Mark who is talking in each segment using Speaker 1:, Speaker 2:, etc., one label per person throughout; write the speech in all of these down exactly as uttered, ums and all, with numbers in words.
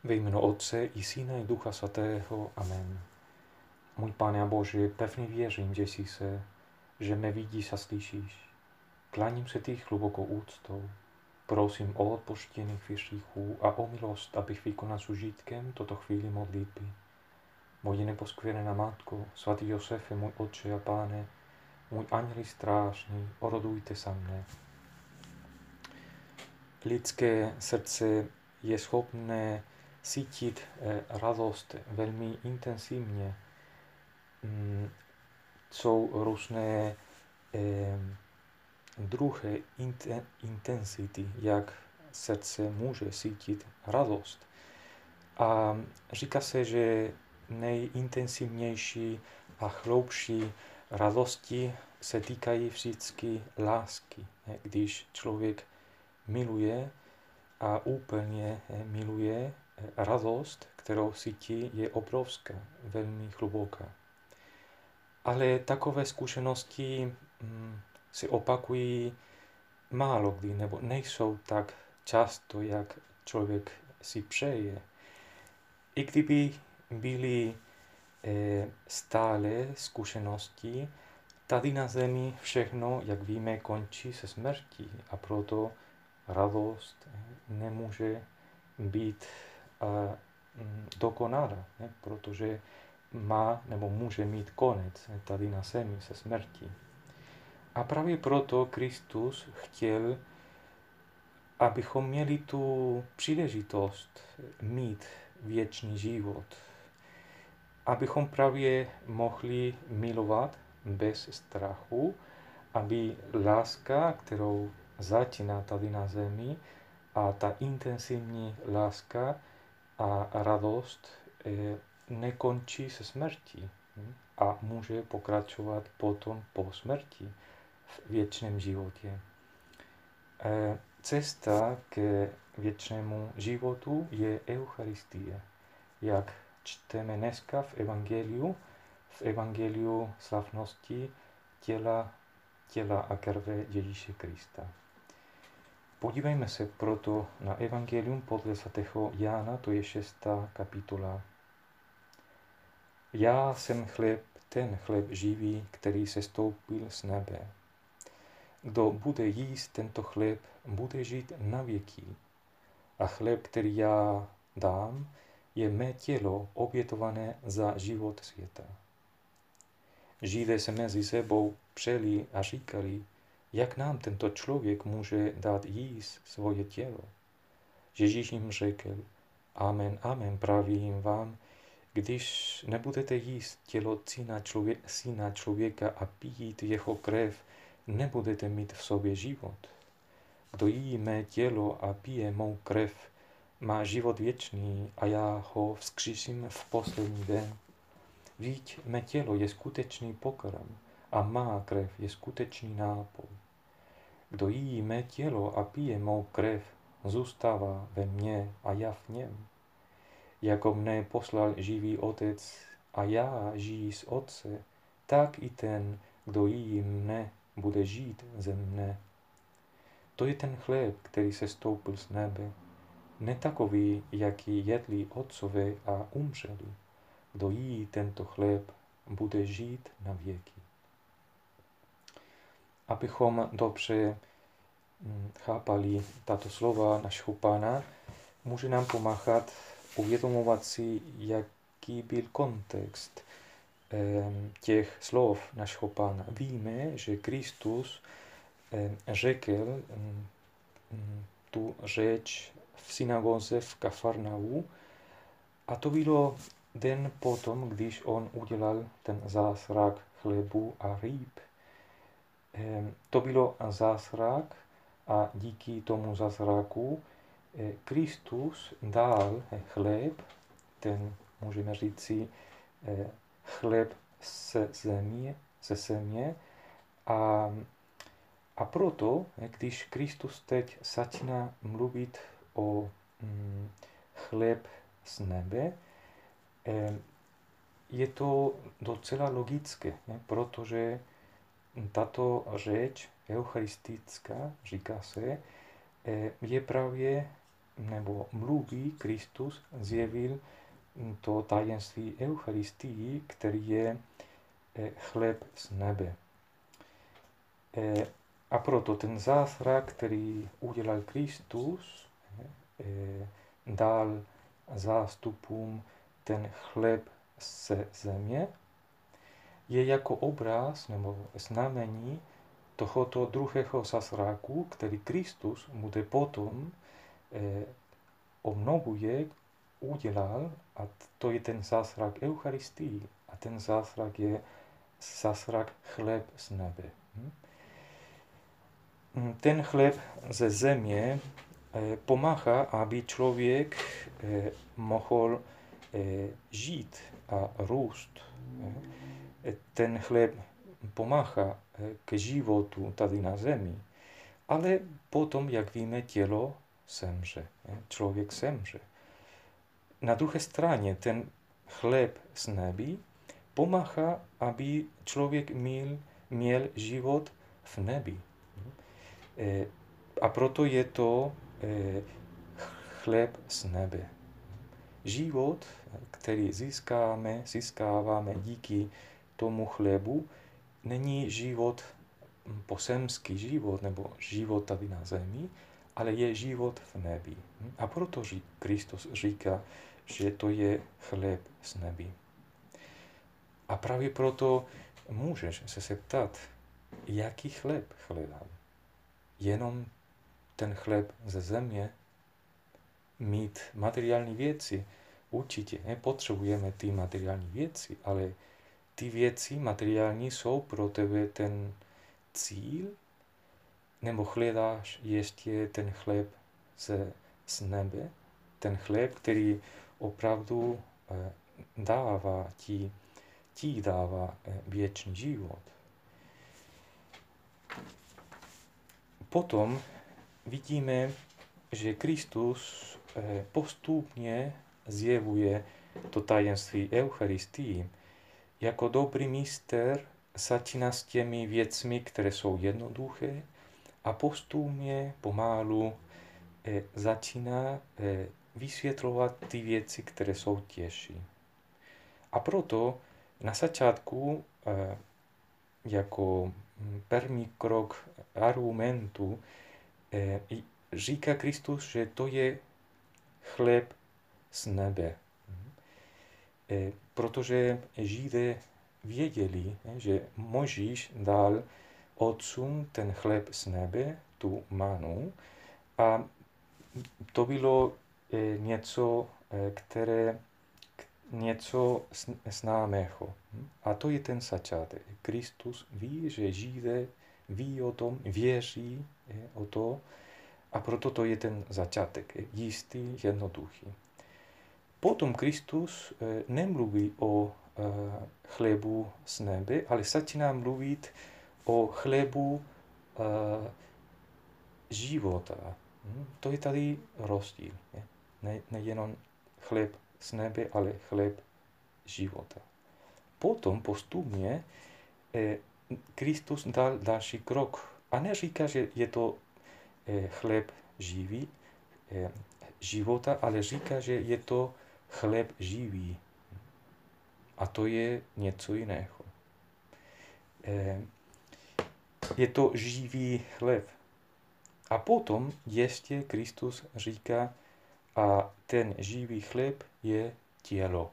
Speaker 1: Ve jménu Otce i Syna i Ducha Svatého. Amen. Můj Pane a Bože, pevně věřím, že jsi se, že mě vidíš a slyšíš. Kláním se ti hlubokou úctou. Prosím o odpuštění hříchů a o milost, abych vykonal s užitkem toto chvíli modlitby. Moje neposkvrněná Matko, svatý Josefe, můj Otče a Páne, můj anděli strážný, orodujte za mne. Lidské srdce je schopné cítit radost velmi intenzivně. Jsou různé druhy intenzity, jak srdce může cítit radost. A říká se, že nejintenzivnější a hloubší radosti se týkají vždycky lásky. Když člověk miluje a úplně miluje, radost, kterou cítí, je obrovská, velmi hluboká. Ale takové zkušenosti hm, se opakují málo kdy, nebo nejsou tak často, jak člověk si přeje. I kdyby byly e, stále zkušenosti, tady na zemi všechno, jak víme, končí se smrtí a proto radost nemůže být a, m, dokonalá, ne? Protože má nebo může mít konec tady na zemi se smrtí. A právě proto Kristus chtěl, abychom měli tu příležitost mít věčný život. Abychom právě mohli milovat bez strachu, aby láska, kterou začíná tady na zemi, a ta intenzivní láska a radost eh, nekončí se smrtí a může pokračovat potom po smrti v věčném životě. Eh, cesta k věčnému životu je Eucharistie, jak čteme dneska v Evangeliu, v Evangeliu slavnosti těla, těla a krve Ježíše Krista. Podívejme se proto na Evangelium podle svatého Jána, to je šestá kapitola. Já jsem chléb, ten chléb živý, který se stoupil z nebe. Kdo bude jíst tento chléb, bude žít na věky. A chléb, který já dám, je mé tělo obětované za život světa. Židé se mezi sebou přeli a říkali, jak nám tento člověk může dát jíst svoje tělo. Ježíš jim řekl, amen, amen, pravím vám, když nebudete jíst tělo syna, člově- syna člověka a pít jeho krev, nebudete mít v sobě život. Kdo jí mé tělo a pije mou krev, má život věčný a já ho vzkřísím v poslední den. Vždyť mé tělo je skutečný pokrm a má krev je skutečný nápoj. Kdo jí mé tělo a pije mou krev, zůstává ve mně a já v něm. Jako mne poslal živý Otec a já žiji z Otce, tak i ten, kdo jí mne, bude žít ze mne. To je ten chléb, který se stoupil z nebe, ne takový, jaký jedli otcové a umřeli. Kdo jí tento chléb, bude žít na věky. Abychom dobře chápali tato slova našeho Pána, může nám pomáhat uvědomovat si, jaký byl kontext těch slov našeho Pána. Víme, že Kristus řekl tu řeč v synagoze v Kafarnau a to bylo den potom, když on udělal ten zázrak chlebu a ryb. To bylo zázrak a díky tomu zázraku Kristus dal chléb, ten můžeme říci chléb ze země, ze země a, a proto, když Kristus teď začíná mluvit o mm, chléb z nebe, je to docela logické, ne? Protože tato řeč eucharistická, říká se, je právě nebo mluví Kristus, zjevil to tajemství Eucharistii, který je chléb z nebe. A proto ten zázrak, který udělal Kristus, dal zástupům ten chléb ze země, je jako obraz nebo znamení tohoto druhého zázraku, který Kristus bude potom eh, obnovuje, udělal, a to je ten zázrak Eucharistii. A ten zázrak je zázrak chléb z nebe. Ten chléb ze země eh, pomáhá, aby člověk eh, mohl eh, žít a růst. Eh. Ten chléb pomáhá k životu tady na zemi, ale potom, jak víme, tělo zemře, člověk zemře. Na druhé straně ten chléb z nebi pomáhá, aby člověk měl, měl život v nebi. A proto je to chléb z nebe. Život, který získáme, získáváme díky tomu chlébu, není život, pozemský život nebo život tady na zemi, ale je život v nebi. A proto Kristus říká, že to je chléb z nebi. A právě proto můžeš se zeptat, jaký chléb hledám? Jenom ten chléb ze země? Mít materiální věci? Určitě nepotřebujeme ty materiální věci, ale ty věci materiální jsou pro tebe ten cíl? Nebo hledáš ještě ten chléb ze, z nebe? Ten chléb, který opravdu eh, dává ti, ti dává eh, věčný život. Potom vidíme, že Kristus eh, postupně zjevuje to tajemství Eucharistii. Jako dobrý mistr začíná s těmi věcmi, které jsou jednoduché, a postupně, pomalu eh, začíná eh, vysvětlovat ty věci, které jsou těžší. A proto na začátku, eh, jako první krok argumentu, eh, říká Kristus, že to je chléb z nebe. Eh, protože Židé věděli, že Mojžíš dal otcům ten chléb z nebe, tu manu, a to bylo eh, něco, eh, které něco známého. A to je ten začátek. Kristus ví, že Židé ví o tom, věří eh, o to, a proto to je ten začátek, eh, jistý, jednoduchý. Potom Kristus eh, nemluví o eh, chlébu z nebe, ale začíná mluvit o chlébu uh, života. Hm? To je tady rozdíl. Ne, nejenom chléb z nebe, ale chléb života. Potom postupně eh, Kristus dal další krok. A neříká, že je to eh, chléb živý, eh, života, ale říká, že je to chléb živý. A to je něco jiného. Eh, Je to živý chléb. A potom ještě Kristus říká, a ten živý chléb je tělo.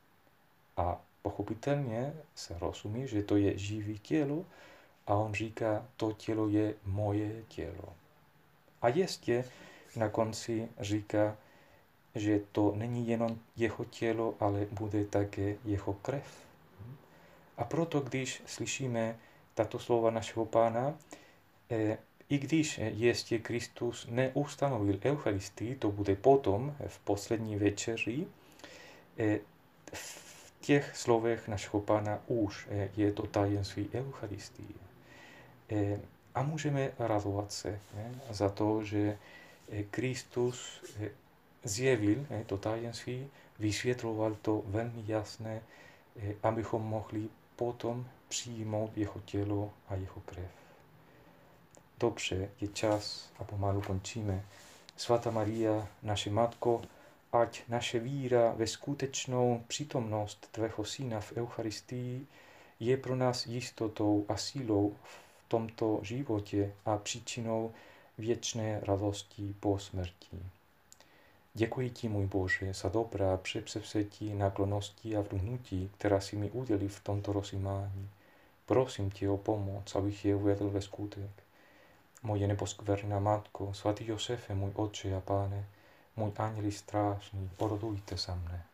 Speaker 1: A pochopitelně se rozumí, že to je živý tělo, a on říká, to tělo je moje tělo. A ještě na konci říká, že to není jenom jeho tělo, ale bude také jeho krev. A proto, když slyšíme tato slova našeho Pána, eh, i když ještě Kristus neustanovil Eucharistii, to bude potom, v poslední večeři, eh, v těch slovech našeho Pána už eh, je to tajemství Eucharistie. Eh, a můžeme radovat se eh, za to, že eh, Kristus eh, zjevil eh, to tajemství, vysvětloval to velmi jasné, eh, abychom mohli potom přijmout jeho tělo a jeho krev. Dobře, je čas a pomalu končíme. Svatá Maria, naše Matko, ať naše víra ve skutečnou přítomnost Tvého Syna v Eucharistii je pro nás jistotou a sílou v tomto životě a příčinou věčné radosti po smrti. Děkuji Ti, můj Bože, za dobrá přepsevzetí, náklonnosti a vnutí, která si mi udělil v tomto rozjímání. Prosím Tě o pomoc, abych je uvedl ve skutek. Moje neposkvrná Matko, svatý Josefe, můj Otče a Páne, můj anděli strážný, orodujte za mne.